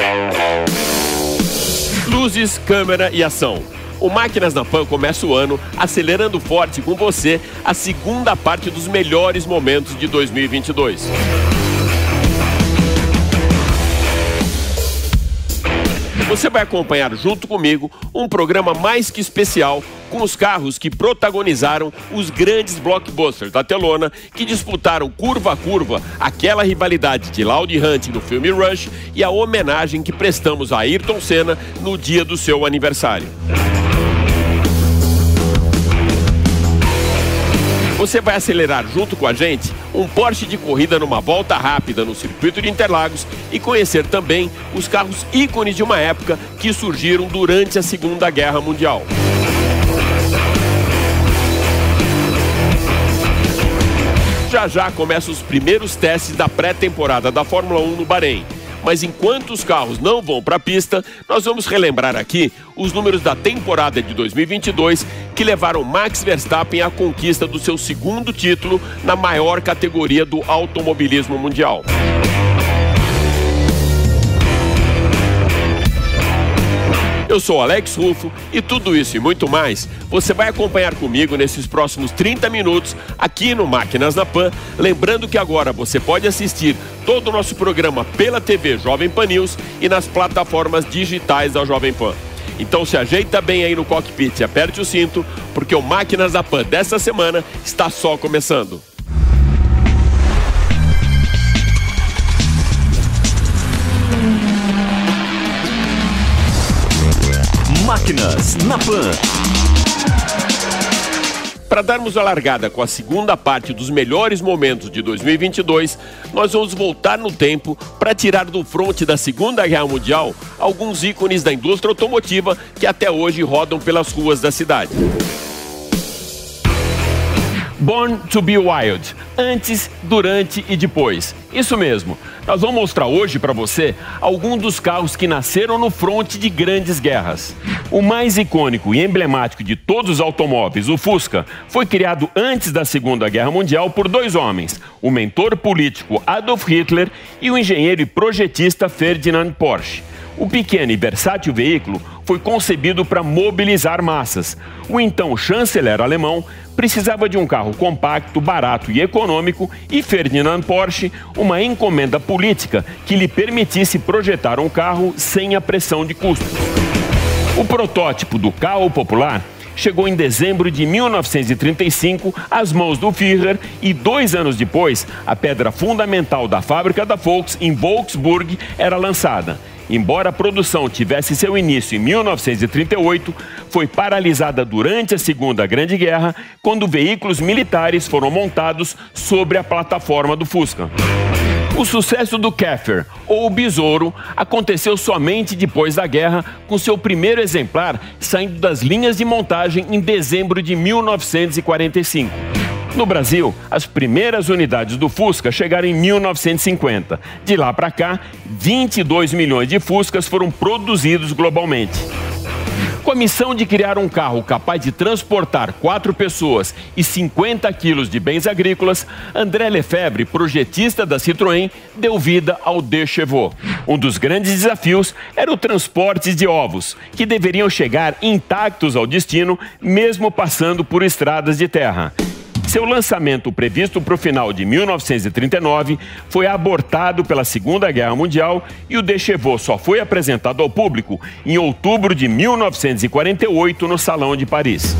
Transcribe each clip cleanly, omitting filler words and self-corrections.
Luzes, câmera e ação. O Máquinas na Pan começa o ano acelerando forte com você a segunda parte dos melhores momentos de 2022. Você vai acompanhar junto comigo um programa mais que especial com os carros que protagonizaram os grandes blockbusters da telona que disputaram curva a curva aquela rivalidade de Lauda e Hunt no filme Rush e a homenagem que prestamos a Ayrton Senna no dia do seu aniversário. Você vai acelerar junto com a gente um Porsche de corrida numa volta rápida no circuito de Interlagos e conhecer também os carros ícones de uma época que surgiram durante a Segunda Guerra Mundial. Já começam os primeiros testes da pré-temporada da Fórmula 1 no Bahrein. Mas enquanto os carros não vão para a pista, nós vamos relembrar aqui os números da temporada de 2022 que levaram Max Verstappen à conquista do seu segundo título na maior categoria do automobilismo mundial. Eu sou Alex Rufo e tudo isso e muito mais você vai acompanhar comigo nesses próximos 30 minutos aqui no Máquinas na Pan. Lembrando que agora você pode assistir todo o nosso programa pela TV Jovem Pan News e nas plataformas digitais da Jovem Pan. Então se ajeita bem aí no cockpit e aperte o cinto, porque o Máquinas na Pan dessa semana está só começando. Máquinas na Pan. Para darmos a largada com a segunda parte dos melhores momentos de 2022, nós vamos voltar no tempo para tirar do fronte da Segunda Guerra Mundial alguns ícones da indústria automotiva que até hoje rodam pelas ruas da cidade. Born to be Wild, antes, durante e depois. Isso mesmo, nós vamos mostrar hoje para você alguns dos carros que nasceram no fronte de grandes guerras. O mais icônico e emblemático de todos os automóveis, o Fusca, foi criado antes da Segunda Guerra Mundial por dois homens, o mentor político Adolf Hitler e o engenheiro e projetista Ferdinand Porsche. O pequeno e versátil veículo foi concebido para mobilizar massas. O então chanceler alemão precisava de um carro compacto, barato e econômico e Ferdinand Porsche uma encomenda política que lhe permitisse projetar um carro sem a pressão de custos. O protótipo do carro popular chegou em dezembro de 1935 às mãos do Führer e 2 anos depois, a pedra fundamental da fábrica da Volks em Wolfsburg era lançada. Embora a produção tivesse seu início em 1938, foi paralisada durante a Segunda Grande Guerra, quando veículos militares foram montados sobre a plataforma do Fusca. O sucesso do Käfer, ou Besouro, aconteceu somente depois da guerra, com seu primeiro exemplar saindo das linhas de montagem em dezembro de 1945. No Brasil, as primeiras unidades do Fusca chegaram em 1950. De lá para cá, 22 milhões de Fuscas foram produzidos globalmente. Com a missão de criar um carro capaz de transportar 4 pessoas e 50 quilos de bens agrícolas, André Lefebvre, projetista da Citroën, deu vida ao D-Chevaux. Um dos grandes desafios era o transporte de ovos, que deveriam chegar intactos ao destino, mesmo passando por estradas de terra. Seu lançamento, previsto para o final de 1939, foi abortado pela Segunda Guerra Mundial e o D-Chevaux só foi apresentado ao público em outubro de 1948 no Salão de Paris.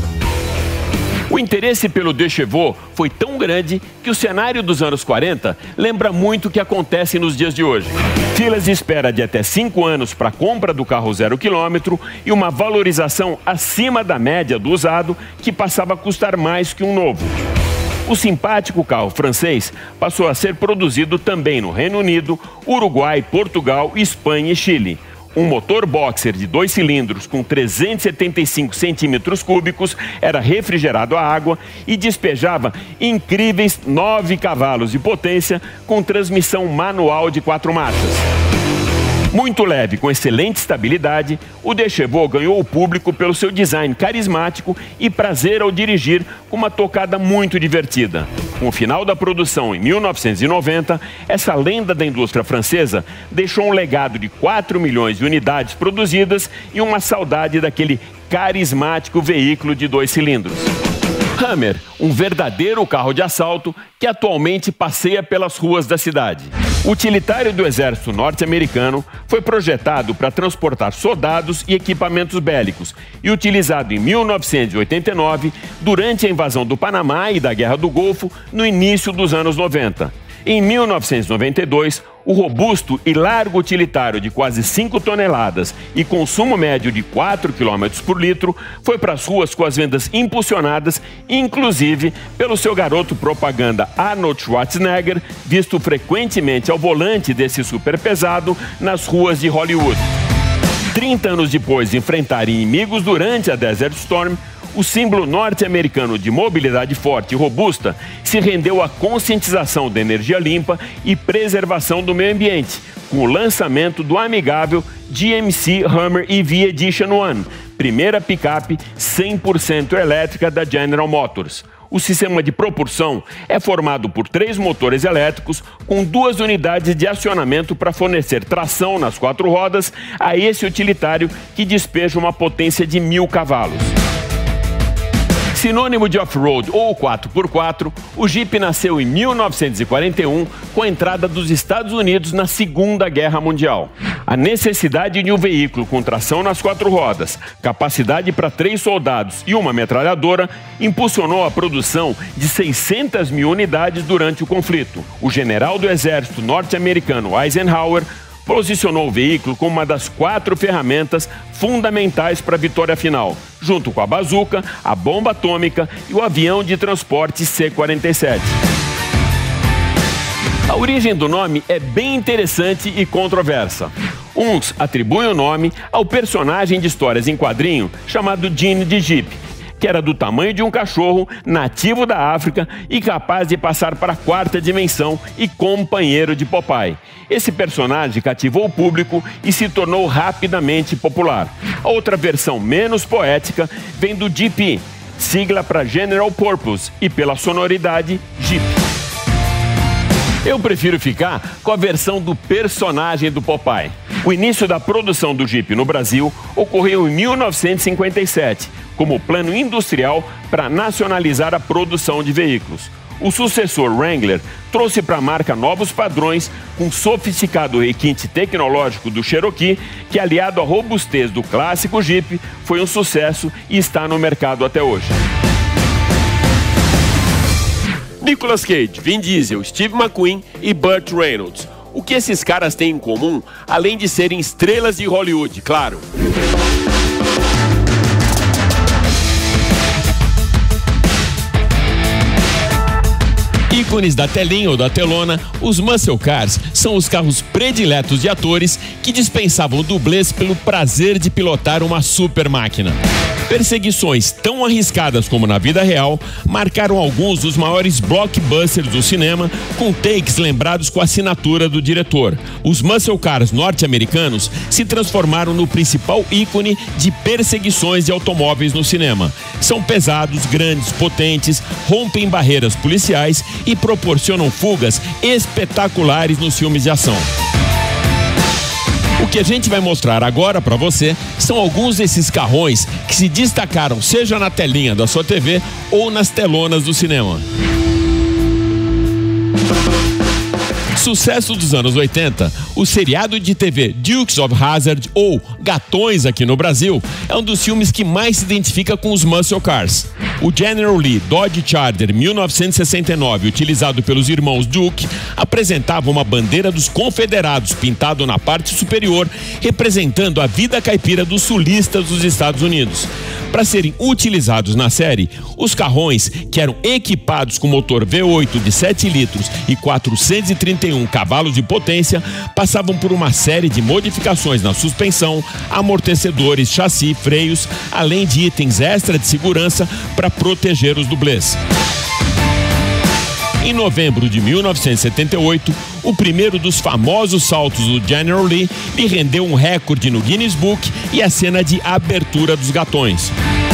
O interesse pelo D-Chevaux foi tão grande que o cenário dos anos 40 lembra muito o que acontece nos dias de hoje. Filas de espera de até 5 anos para a compra do carro 0 km e uma valorização acima da média do usado, que passava a custar mais que um novo. O simpático carro francês passou a ser produzido também no Reino Unido, Uruguai, Portugal, Espanha e Chile. Um motor boxer de 2 cilindros com 375 centímetros cúbicos era refrigerado a água e despejava incríveis 9 cavalos de potência com transmissão manual de 4 marchas. Muito leve, com excelente estabilidade, o Dechevaux ganhou o público pelo seu design carismático e prazer ao dirigir, com uma tocada muito divertida. Com o final da produção em 1990, essa lenda da indústria francesa deixou um legado de 4 milhões de unidades produzidas e uma saudade daquele carismático veículo de 2 cilindros. Hammer, um verdadeiro carro de assalto que atualmente passeia pelas ruas da cidade. O utilitário do exército norte-americano foi projetado para transportar soldados e equipamentos bélicos e utilizado em 1989 durante a invasão do Panamá e da Guerra do Golfo no início dos anos 90. Em 1992, o robusto e largo utilitário de quase 5 toneladas e consumo médio de 4 km por litro foi para as ruas com as vendas impulsionadas, inclusive pelo seu garoto propaganda Arnold Schwarzenegger, visto frequentemente ao volante desse superpesado nas ruas de Hollywood. 30 anos depois de enfrentar inimigos durante a Desert Storm, o símbolo norte-americano de mobilidade forte e robusta se rendeu à conscientização da energia limpa e preservação do meio ambiente, com o lançamento do amigável GMC Hummer EV Edition One, primeira picape 100% elétrica da General Motors. O sistema de propulsão é formado por 3 motores elétricos com 2 unidades de acionamento para fornecer tração nas 4 rodas a esse utilitário que despeja uma potência de 1.000 cavalos. Sinônimo de off-road ou 4x4, o Jeep nasceu em 1941 com a entrada dos Estados Unidos na Segunda Guerra Mundial. A necessidade de um veículo com tração nas 4 rodas, capacidade para 3 soldados e uma metralhadora impulsionou a produção de 600 mil unidades durante o conflito. O general do exército norte-americano Eisenhower posicionou o veículo como uma das 4 ferramentas fundamentais para a vitória final, junto com a bazuca, a bomba atômica e o avião de transporte C-47. A origem do nome é bem interessante e controversa. Uns atribuem o nome ao personagem de histórias em quadrinho chamado Gene de Jeep, que era do tamanho de um cachorro, nativo da África e capaz de passar para a 4ª dimensão e companheiro de Popeye. Esse personagem cativou o público e se tornou rapidamente popular. A outra versão menos poética vem do GP, sigla para General Purpose, e pela sonoridade Jeep. Eu prefiro ficar com a versão do personagem do Popeye. O início da produção do Jeep no Brasil ocorreu em 1957, como plano industrial para nacionalizar a produção de veículos. O sucessor Wrangler trouxe para a marca novos padrões com sofisticado requinte tecnológico do Cherokee, que, aliado à robustez do clássico Jeep, foi um sucesso e está no mercado até hoje. Nicolas Cage, Vin Diesel, Steve McQueen e Burt Reynolds. O que esses caras têm em comum, além de serem estrelas de Hollywood, claro? Ícones da telinha ou da telona, os muscle cars são os carros prediletos de atores que dispensavam dublês pelo prazer de pilotar uma super máquina. Perseguições tão arriscadas como na vida real marcaram alguns dos maiores blockbusters do cinema, com takes lembrados com a assinatura do diretor. Os muscle cars norte-americanos se transformaram no principal ícone de perseguições de automóveis no cinema. São pesados, grandes, potentes, rompem barreiras policiais e proporcionam fugas espetaculares nos filmes de ação. O que a gente vai mostrar agora para você são alguns desses carrões que se destacaram seja na telinha da sua TV ou nas telonas do cinema. Sucesso dos anos 80, o seriado de TV Dukes of Hazzard, ou Gatões aqui no Brasil, é um dos filmes que mais se identifica com os muscle cars. O General Lee Dodge Charger 1969, utilizado pelos irmãos Duke, apresentava uma bandeira dos confederados pintado na parte superior, representando a vida caipira dos sulistas dos Estados Unidos. Para serem utilizados na série, os carrões, que eram equipados com motor V8 de 7 litros e 431 cavalos de potência, passavam por uma série de modificações na suspensão, amortecedores, chassi, freios, além de itens extra de segurança para proteger os dublês. Em novembro de 1978, o primeiro dos famosos saltos do General Lee lhe rendeu um recorde no Guinness Book e a cena de abertura dos gatões.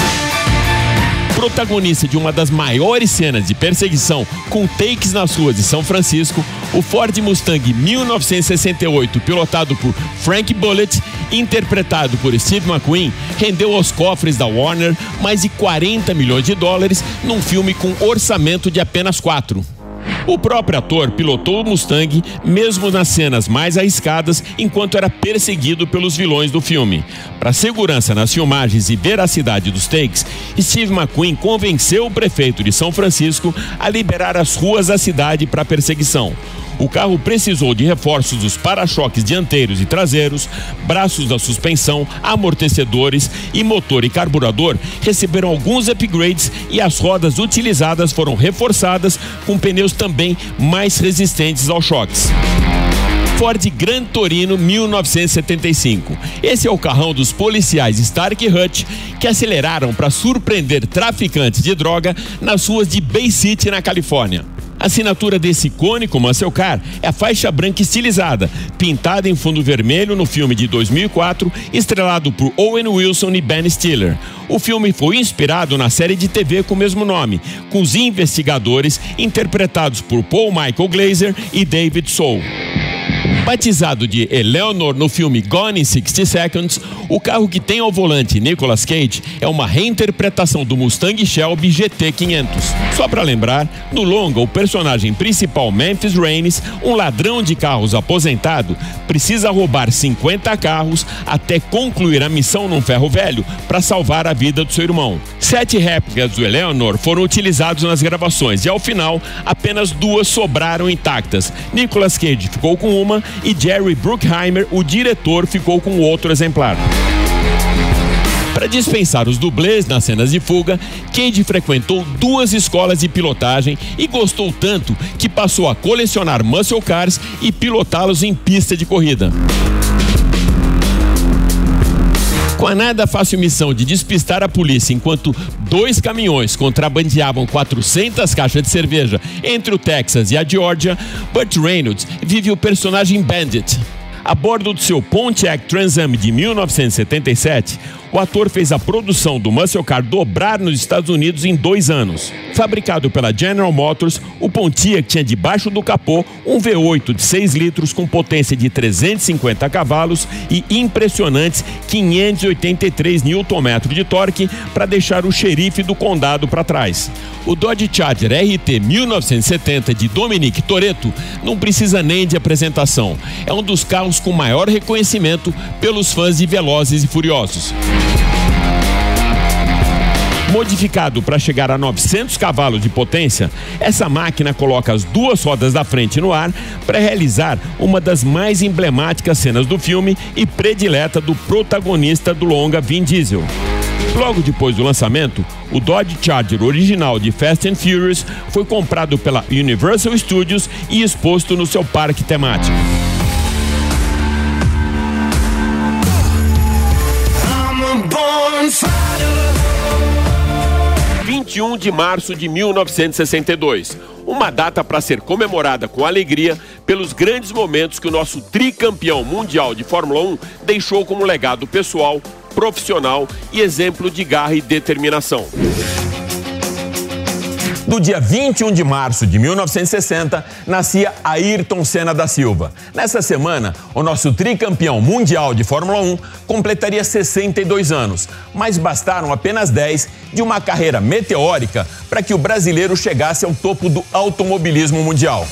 Protagonista de uma das maiores cenas de perseguição com takes nas ruas de São Francisco, o Ford Mustang 1968, pilotado por Frank Bullitt, interpretado por Steve McQueen, rendeu aos cofres da Warner mais de 40 milhões de dólares num filme com orçamento de apenas 4. O próprio ator pilotou o Mustang mesmo nas cenas mais arriscadas enquanto era perseguido pelos vilões do filme. Para segurança nas filmagens e veracidade dos takes, Steve McQueen convenceu o prefeito de São Francisco a liberar as ruas da cidade para a perseguição. O carro precisou de reforços dos para-choques dianteiros e traseiros, braços da suspensão, amortecedores e motor e carburador receberam alguns upgrades e as rodas utilizadas foram reforçadas com pneus também mais resistentes aos choques. Ford Gran Torino 1975. Esse é o carrão dos policiais Stark e Hutch que aceleraram para surpreender traficantes de droga nas ruas de Bay City, na Califórnia. A assinatura desse icônico muscle car é a faixa branca estilizada, pintada em fundo vermelho no filme de 2004, estrelado por Owen Wilson e Ben Stiller. O filme foi inspirado na série de TV com o mesmo nome, com os investigadores interpretados por Paul Michael Glaser e David Soul. Batizado de Eleanor no filme Gone in 60 Seconds, o carro que tem ao volante Nicolas Cage é uma reinterpretação do Mustang Shelby GT 500. Só para lembrar, no longa, o personagem principal Memphis Raines, um ladrão de carros aposentado, precisa roubar 50 carros até concluir a missão num ferro velho para salvar a vida do seu irmão. 7 réplicas do Eleanor foram utilizados nas gravações e, ao final, apenas 2 sobraram intactas. Nicolas Cage ficou com uma e Jerry Bruckheimer, o diretor, ficou com outro exemplar. Para dispensar os dublês nas cenas de fuga, Cage frequentou 2 escolas de pilotagem e gostou tanto que passou a colecionar muscle cars e pilotá-los em pista de corrida. Com a nada fácil missão de despistar a polícia enquanto 2 caminhões contrabandeavam 400 caixas de cerveja entre o Texas e a Geórgia, Burt Reynolds vive o personagem Bandit. A bordo do seu Pontiac Trans Am de 1977, o ator fez a produção do muscle car dobrar nos Estados Unidos em 2 anos. Fabricado pela General Motors, o Pontiac tinha debaixo do capô um V8 de 6 litros com potência de 350 cavalos e impressionantes 583 Nm de torque para deixar o xerife do condado para trás. O Dodge Charger RT 1970 de Dominic Toretto não precisa nem de apresentação. É um dos carros com maior reconhecimento pelos fãs de Velozes e Furiosos. Modificado para chegar a 900 cavalos de potência, essa máquina coloca as 2 rodas da frente no ar para realizar uma das mais emblemáticas cenas do filme e predileta do protagonista do longa, Vin Diesel. Logo depois do lançamento, o Dodge Charger original de Fast and Furious foi comprado pela Universal Studios e exposto no seu parque temático. 21 de março de 1962. Uma data para ser comemorada com alegria pelos grandes momentos que o nosso tricampeão mundial de Fórmula 1 deixou como legado pessoal, profissional e exemplo de garra e determinação. No dia 21 de março de 1960, nascia Ayrton Senna da Silva. Nessa semana, o nosso tricampeão mundial de Fórmula 1 completaria 62 anos, mas bastaram apenas 10 de uma carreira meteórica para que o brasileiro chegasse ao topo do automobilismo mundial.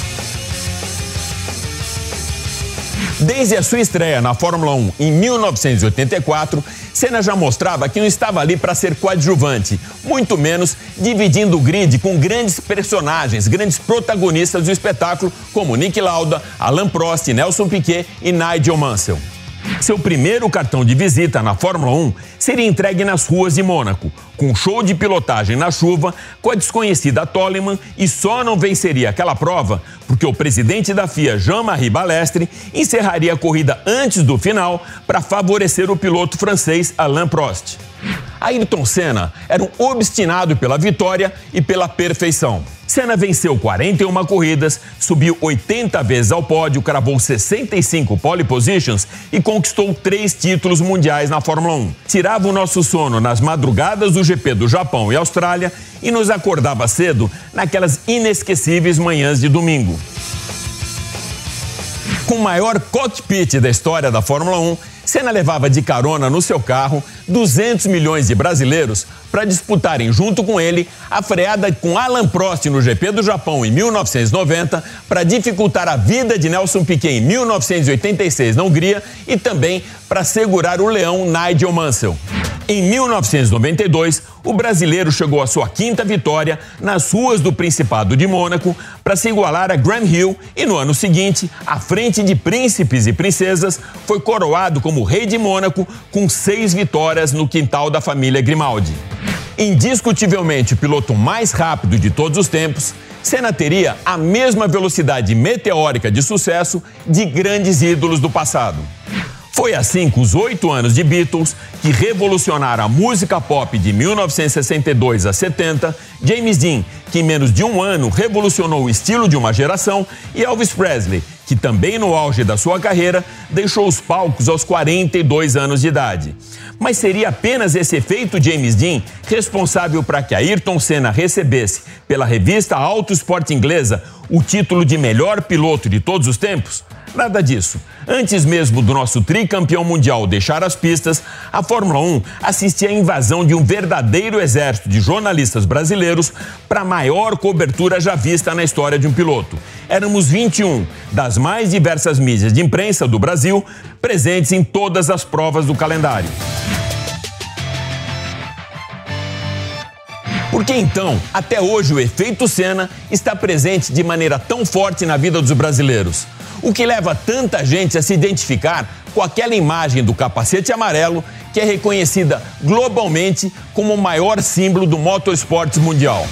Desde a sua estreia na Fórmula 1 em 1984, Senna já mostrava que não estava ali para ser coadjuvante, muito menos dividindo o grid com grandes personagens, grandes protagonistas do espetáculo, como Niki Lauda, Alain Prost, Nelson Piquet e Nigel Mansell. Seu primeiro cartão de visita na Fórmula 1 seria entregue nas ruas de Mônaco, com um show de pilotagem na chuva com a desconhecida Toleman, e só não venceria aquela prova porque o presidente da FIA, Jean-Marie Balestre, encerraria a corrida antes do final para favorecer o piloto francês Alain Prost. Ayrton Senna era um obstinado pela vitória e pela perfeição. Senna venceu 41 corridas, subiu 80 vezes ao pódio, cravou 65 pole positions e conquistou 3 títulos mundiais na Fórmula 1. Tirava o nosso sono nas madrugadas do GP do Japão e Austrália e nos acordava cedo naquelas inesquecíveis manhãs de domingo. Com o maior cockpit da história da Fórmula 1, Senna levava de carona no seu carro 200 milhões de brasileiros para disputarem junto com ele a freada com Alain Prost no GP do Japão em 1990 para dificultar a vida de Nelson Piquet em 1986 na Hungria e também para segurar o leão Nigel Mansell. Em 1992, o brasileiro chegou à sua 5ª vitória nas ruas do Principado de Mônaco para se igualar a Graham Hill e no ano seguinte, à frente de príncipes e princesas, foi coroado como rei de Mônaco com 6 vitórias no quintal da família Grimaldi. Indiscutivelmente o piloto mais rápido de todos os tempos, Senna teria a mesma velocidade meteórica de sucesso de grandes ídolos do passado. Foi assim que os 8 anos de Beatles, que revolucionaram a música pop de 1962 a 70, James Dean, que em menos de um ano revolucionou o estilo de uma geração, e Elvis Presley, que também no auge da sua carreira, deixou os palcos aos 42 anos de idade. Mas seria apenas esse efeito James Dean responsável para que Ayrton Senna recebesse, pela revista Auto Sport inglesa, o título de melhor piloto de todos os tempos? Nada disso. Antes mesmo do nosso tricampeão mundial deixar as pistas, a Fórmula 1 assistia à invasão de um verdadeiro exército de jornalistas brasileiros para a maior cobertura já vista na história de um piloto. Éramos 21 das mais diversas mídias de imprensa do Brasil presentes em todas as provas do calendário. Por que então, até hoje, o efeito Senna está presente de maneira tão forte na vida dos brasileiros? O que leva tanta gente a se identificar com aquela imagem do capacete amarelo que é reconhecida globalmente como o maior símbolo do motorsport mundial.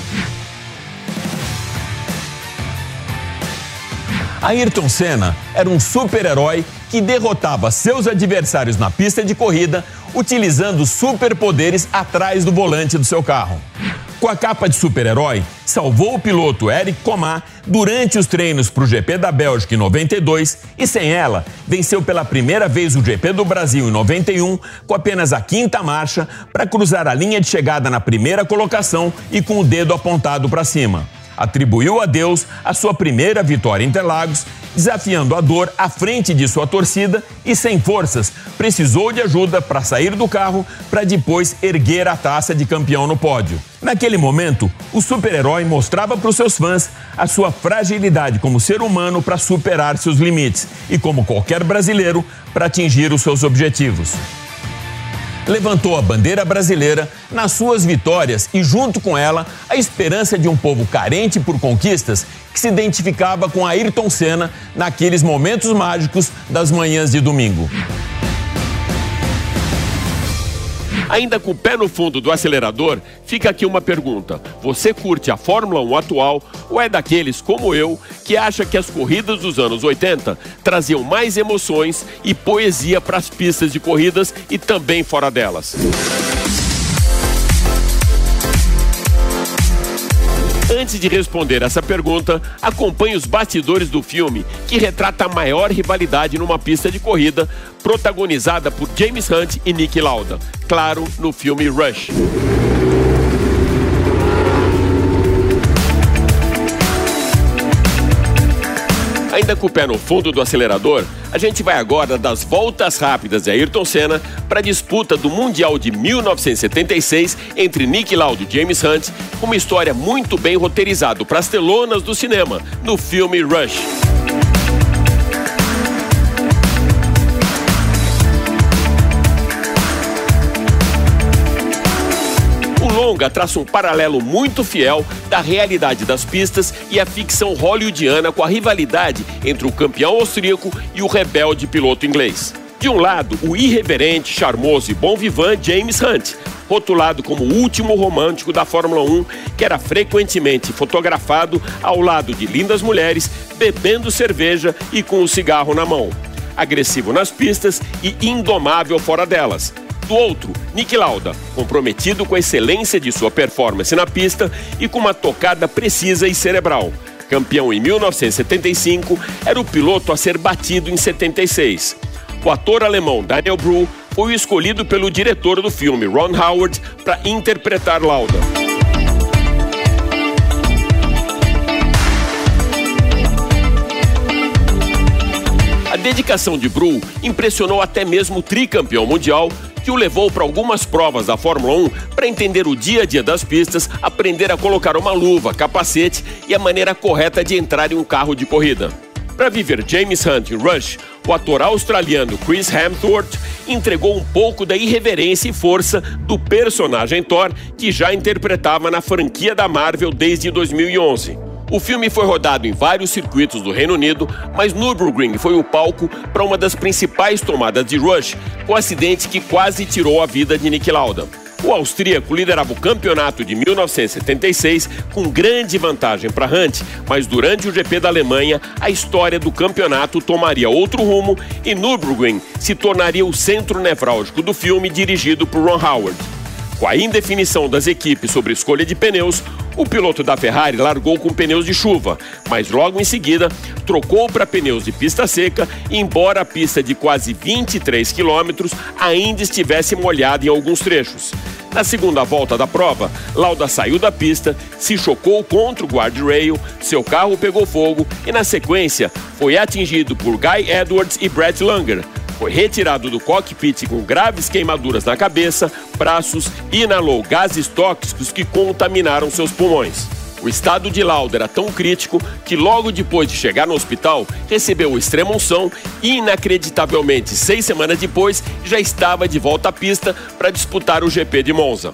Ayrton Senna era um super-herói que derrotava seus adversários na pista de corrida utilizando superpoderes atrás do volante do seu carro. Com a capa de super-herói, salvou o piloto Eric Comar durante os treinos para o GP da Bélgica em 92 e, sem ela, venceu pela primeira vez o GP do Brasil em 91 com apenas a 5ª marcha para cruzar a linha de chegada na primeira colocação e com o dedo apontado para cima. Atribuiu a Deus a sua primeira vitória em Interlagos, desafiando a dor à frente de sua torcida e, sem forças, precisou de ajuda para sair do carro para depois erguer a taça de campeão no pódio. Naquele momento, o super-herói mostrava para os seus fãs a sua fragilidade como ser humano para superar seus limites e, como qualquer brasileiro, para atingir os seus objetivos. Levantou a bandeira brasileira nas suas vitórias e, junto com ela, a esperança de um povo carente por conquistas que se identificava com Ayrton Senna naqueles momentos mágicos das manhãs de domingo. Ainda com o pé no fundo do acelerador, fica aqui uma pergunta. Você curte a Fórmula 1 atual ou é daqueles, como eu, que acha que as corridas dos anos 80 traziam mais emoções e poesia para as pistas de corridas e também fora delas? Antes de responder essa pergunta, acompanhe os bastidores do filme, que retrata a maior rivalidade numa pista de corrida, protagonizada por James Hunt e Niki Lauda. Claro, no filme Rush. Ainda com o pé no fundo do acelerador, a gente vai agora das voltas rápidas de Ayrton Senna para a disputa do Mundial de 1976 entre Niki Lauda e James Hunt, uma história muito bem roteirizada para as telonas do cinema, no filme Rush. O longa traça um paralelo muito fiel da realidade das pistas e a ficção hollywoodiana com a rivalidade entre o campeão austríaco e o rebelde piloto inglês. De um lado, o irreverente, charmoso e bom vivant James Hunt, rotulado como o último romântico da Fórmula 1, que era frequentemente fotografado ao lado de lindas mulheres, bebendo cerveja e com um cigarro na mão. Agressivo nas pistas e indomável fora delas. Do outro, Niki Lauda, comprometido com a excelência de sua performance na pista e com uma tocada precisa e cerebral. Campeão em 1975, era o piloto a ser batido em 76. O ator alemão Daniel Brühl foi o escolhido pelo diretor do filme, Ron Howard, para interpretar Lauda. A dedicação de Brühl impressionou até mesmo o tricampeão mundial, que o levou para algumas provas da Fórmula 1 para entender o dia a dia das pistas, aprender a colocar uma luva, capacete e a maneira correta de entrar em um carro de corrida. Para viver James Hunt em Rush, o ator australiano Chris Hemsworth entregou um pouco da irreverência e força do personagem Thor, que já interpretava na franquia da Marvel desde 2011. O filme foi rodado em vários circuitos do Reino Unido, mas Nürburgring foi o palco para uma das principais tomadas de Rush, com um acidente que quase tirou a vida de Niki Lauda. O austríaco liderava o campeonato de 1976 com grande vantagem para Hunt, mas durante o GP da Alemanha, a história do campeonato tomaria outro rumo e Nürburgring se tornaria o centro nevrálgico do filme dirigido por Ron Howard. Com a indefinição das equipes sobre escolha de pneus, o piloto da Ferrari largou com pneus de chuva, mas logo em seguida trocou para pneus de pista seca, embora a pista de quase 23 quilômetros ainda estivesse molhada em alguns trechos. Na segunda volta da prova, Lauda saiu da pista, se chocou contra o guardrail, seu carro pegou fogo e, na sequência, foi atingido por Guy Edwards e Brett Langer. Foi retirado do cockpit com graves queimaduras na cabeça, braços e inalou gases tóxicos que contaminaram seus pulmões. O estado de Lauda era tão crítico que logo depois de chegar no hospital, recebeu extrema-unção e, inacreditavelmente, 6 semanas depois, já estava de volta à pista para disputar o GP de Monza.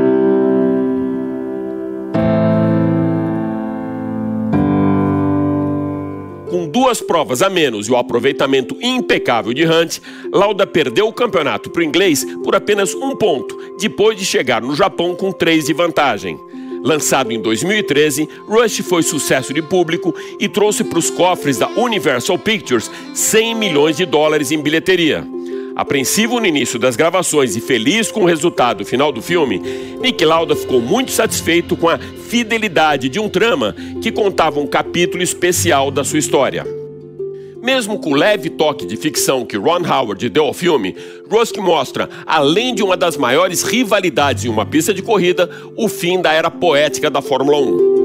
Com 2 provas a menos e o aproveitamento impecável de Hunt, Lauda perdeu o campeonato para o inglês por apenas 1 ponto, depois de chegar no Japão com 3 de vantagem. Lançado em 2013, Rush foi sucesso de público e trouxe para os cofres da Universal Pictures $100 milhões em bilheteria. Apreensivo no início das gravações e feliz com o resultado final do filme, Niki Lauda ficou muito satisfeito com a fidelidade de um trama que contava um capítulo especial da sua história. Mesmo com o leve toque de ficção que Ron Howard deu ao filme, Rush mostra, além de uma das maiores rivalidades em uma pista de corrida, o fim da era poética da Fórmula 1.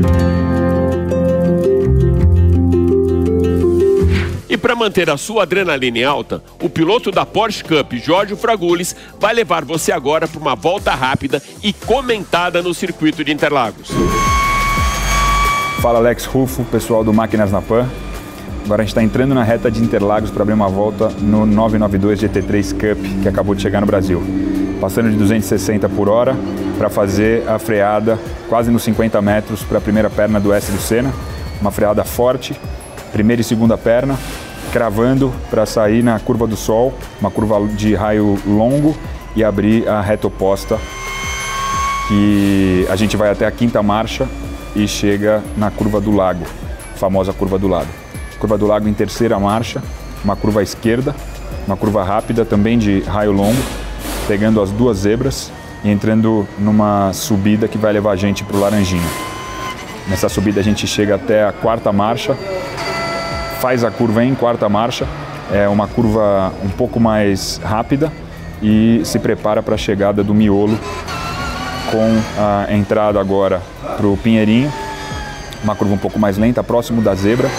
E para manter a sua adrenalina em alta, o piloto da Porsche Cup, Jorge Fragulis, vai levar você agora para uma volta rápida e comentada no circuito de Interlagos. Fala Alex Rufo, pessoal do Máquinas na Pan. Agora a gente está entrando na reta de Interlagos para abrir uma volta no 992 GT3 Cup, que acabou de chegar no Brasil. Passando de 260 por hora para fazer a freada quase nos 50 metros para a primeira perna do S do Senna. Uma freada forte, primeira e segunda perna, cravando para sair na curva do Sol, uma curva de raio longo e abrir a reta oposta, que a gente vai até a 5ª marcha e chega na curva do Lago, famosa curva do Lago. Curva do Lago em 3ª marcha, uma curva à esquerda, uma curva rápida também de raio longo, pegando as 2 zebras e entrando numa subida que vai levar a gente para o Laranjinha. Nessa subida a gente chega até a 4ª marcha, faz a curva em 4ª marcha, é uma curva um pouco mais rápida e se prepara para a chegada do miolo com a entrada agora para o Pinheirinho, uma curva um pouco mais lenta, próximo da zebra,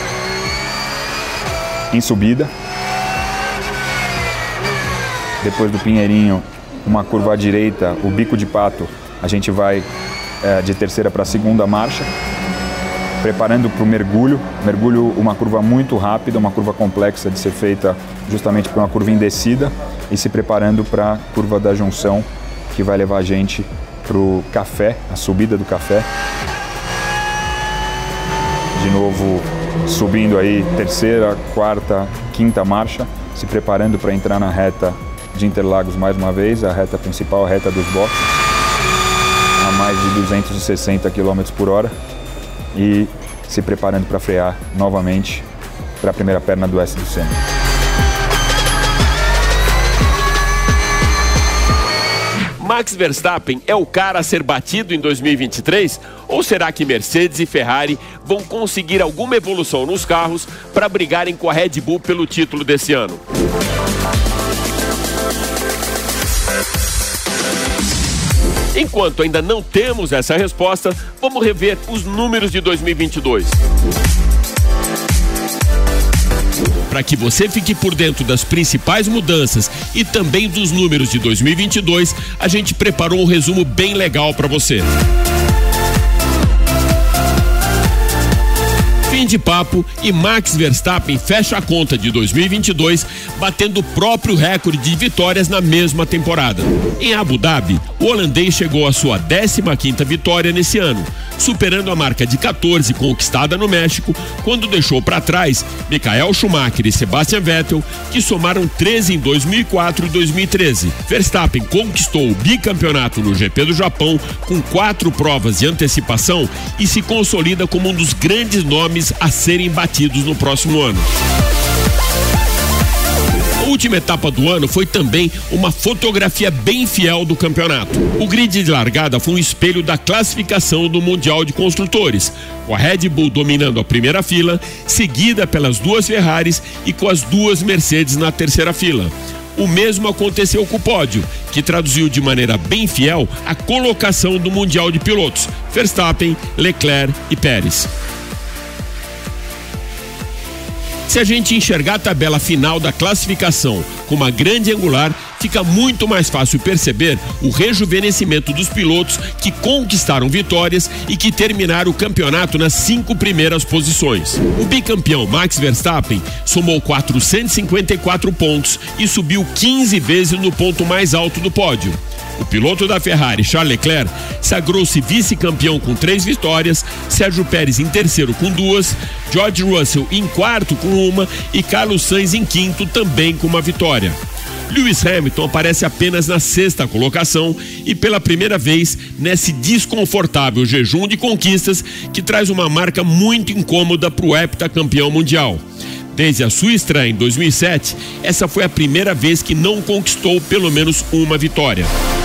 em subida. Depois do Pinheirinho, uma curva à direita, o Bico de Pato, a gente vai de 3ª para a 2ª marcha, preparando para o mergulho. Mergulho, uma curva muito rápida, uma curva complexa de ser feita justamente por uma curva em descida e se preparando para a curva da junção, que vai levar a gente para o Café, a subida do Café. De novo, subindo aí 3ª, 4ª, 5ª marcha, se preparando para entrar na reta de Interlagos mais uma vez, a reta principal, a reta dos boxes, a mais de 260 km por hora. E se preparando para frear novamente para a primeira perna do S do Senna. Max Verstappen é o cara a ser batido em 2023? Ou será que Mercedes e Ferrari vão conseguir alguma evolução nos carros para brigarem com a Red Bull pelo título desse ano? Enquanto ainda não temos essa resposta, vamos rever os números de 2022. Para que você fique por dentro das principais mudanças e também dos números de 2022, a gente preparou um resumo bem legal para você. Fim de papo e Max Verstappen fecha a conta de 2022, batendo o próprio recorde de vitórias na mesma temporada. Em Abu Dhabi, o holandês chegou à sua 15ª vitória nesse ano, superando a marca de 14 conquistada no México, quando deixou para trás Michael Schumacher e Sebastian Vettel, que somaram 13 em 2004 e 2013. Verstappen conquistou o bicampeonato no GP do Japão com 4 provas de antecipação e se consolida como um dos grandes nomes a serem batidos no próximo ano. A última etapa do ano foi também uma fotografia bem fiel do campeonato. O grid de largada foi um espelho da classificação do Mundial de Construtores, com a Red Bull dominando a primeira fila, seguida pelas 2 Ferraris e com as 2 Mercedes na terceira fila. O mesmo aconteceu com o pódio, que traduziu de maneira bem fiel a colocação do Mundial de Pilotos: Verstappen, Leclerc e Pérez. Se a gente enxergar a tabela final da classificação com uma grande angular, fica muito mais fácil perceber o rejuvenescimento dos pilotos que conquistaram vitórias e que terminaram o campeonato nas 5 primeiras posições. O bicampeão Max Verstappen somou 454 pontos e subiu 15 vezes no ponto mais alto do pódio. O piloto da Ferrari, Charles Leclerc, sagrou-se vice-campeão com 3 vitórias, Sérgio Pérez em terceiro com 2, George Russell em quarto com 1 e Carlos Sainz em quinto também com uma vitória. Lewis Hamilton aparece apenas na 6ª colocação e pela primeira vez nesse desconfortável jejum de conquistas que traz uma marca muito incômoda para o heptacampeão mundial. Desde a sua estreia em 2007, essa foi a primeira vez que não conquistou pelo menos uma vitória.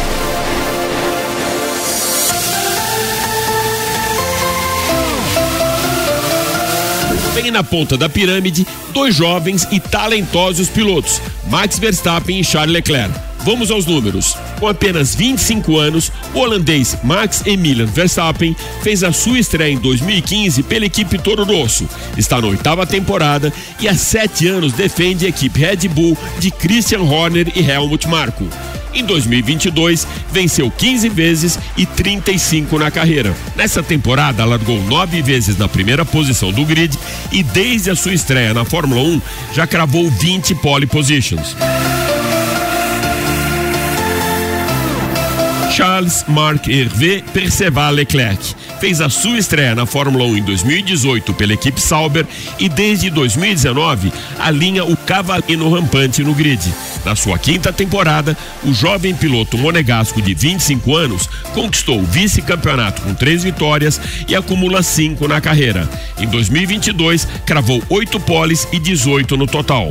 Bem na ponta da pirâmide, 2 jovens e talentosos pilotos, Max Verstappen e Charles Leclerc. Vamos aos números. Com apenas 25 anos, o holandês Max Emilian Verstappen fez a sua estreia em 2015 pela equipe Toro Rosso. Está na 8ª temporada e há 7 anos defende a equipe Red Bull de Christian Horner e Helmut Marko. Em 2022, venceu 15 vezes e 35 na carreira. Nessa temporada, largou 9 vezes na primeira posição do grid e desde a sua estreia na Fórmula 1, já cravou 20 pole positions. Charles-Marc Hervé Perceval Leclerc fez a sua estreia na Fórmula 1 em 2018 pela equipe Sauber e desde 2019 alinha o cavalinho rampante no grid. Na sua 5ª temporada, o jovem piloto monegasco de 25 anos conquistou o vice-campeonato com 3 vitórias e acumula 5 na carreira. Em 2022, cravou 8 poles e 18 no total.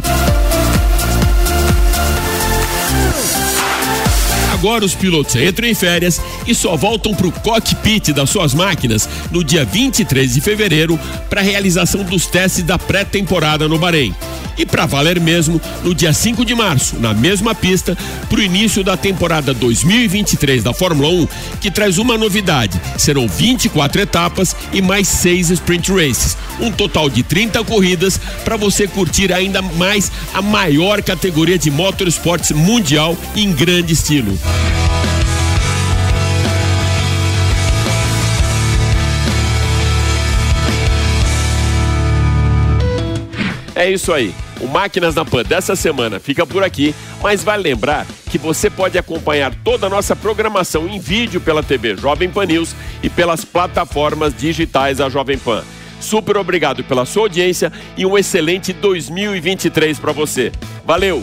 Agora os pilotos entram em férias e só voltam para o cockpit das suas máquinas no dia 23 de fevereiro para a realização dos testes da pré-temporada no Bahrein. E para valer mesmo, no dia 5 de março, na mesma pista, para o início da temporada 2023 da Fórmula 1, que traz uma novidade: serão 24 etapas e mais 6 sprint races, um total de 30 corridas para você curtir ainda mais a maior categoria de motorsports mundial em grande estilo. É isso aí. O Máquinas na Pan dessa semana fica por aqui, mas vale lembrar que você pode acompanhar toda a nossa programação em vídeo pela TV Jovem Pan News e pelas plataformas digitais da Jovem Pan. Super obrigado pela sua audiência e um excelente 2023 para você. Valeu!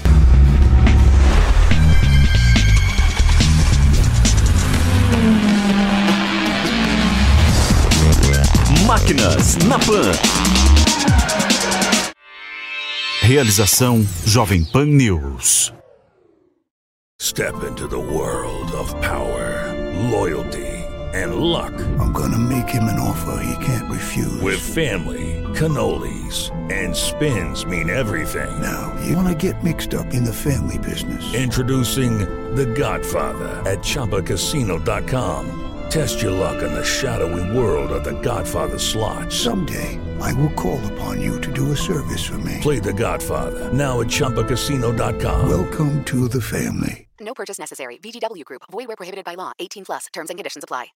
Máquinas na Pan. Realização Jovem Pan News. Step into the world of power, loyalty, and luck. I'm gonna make him an offer he can't refuse. With family, cannolis, and spins mean everything. Now, you wanna get mixed up in the family business. Introducing The Godfather at ChumbaCasino.com. Test your luck in the shadowy world of The Godfather slot. Someday, I will call upon you to do a service for me. Play The Godfather, now at ChumbaCasino.com. Welcome to the family. No purchase necessary. VGW Group. Void where prohibited by law. 18+. Terms and conditions apply.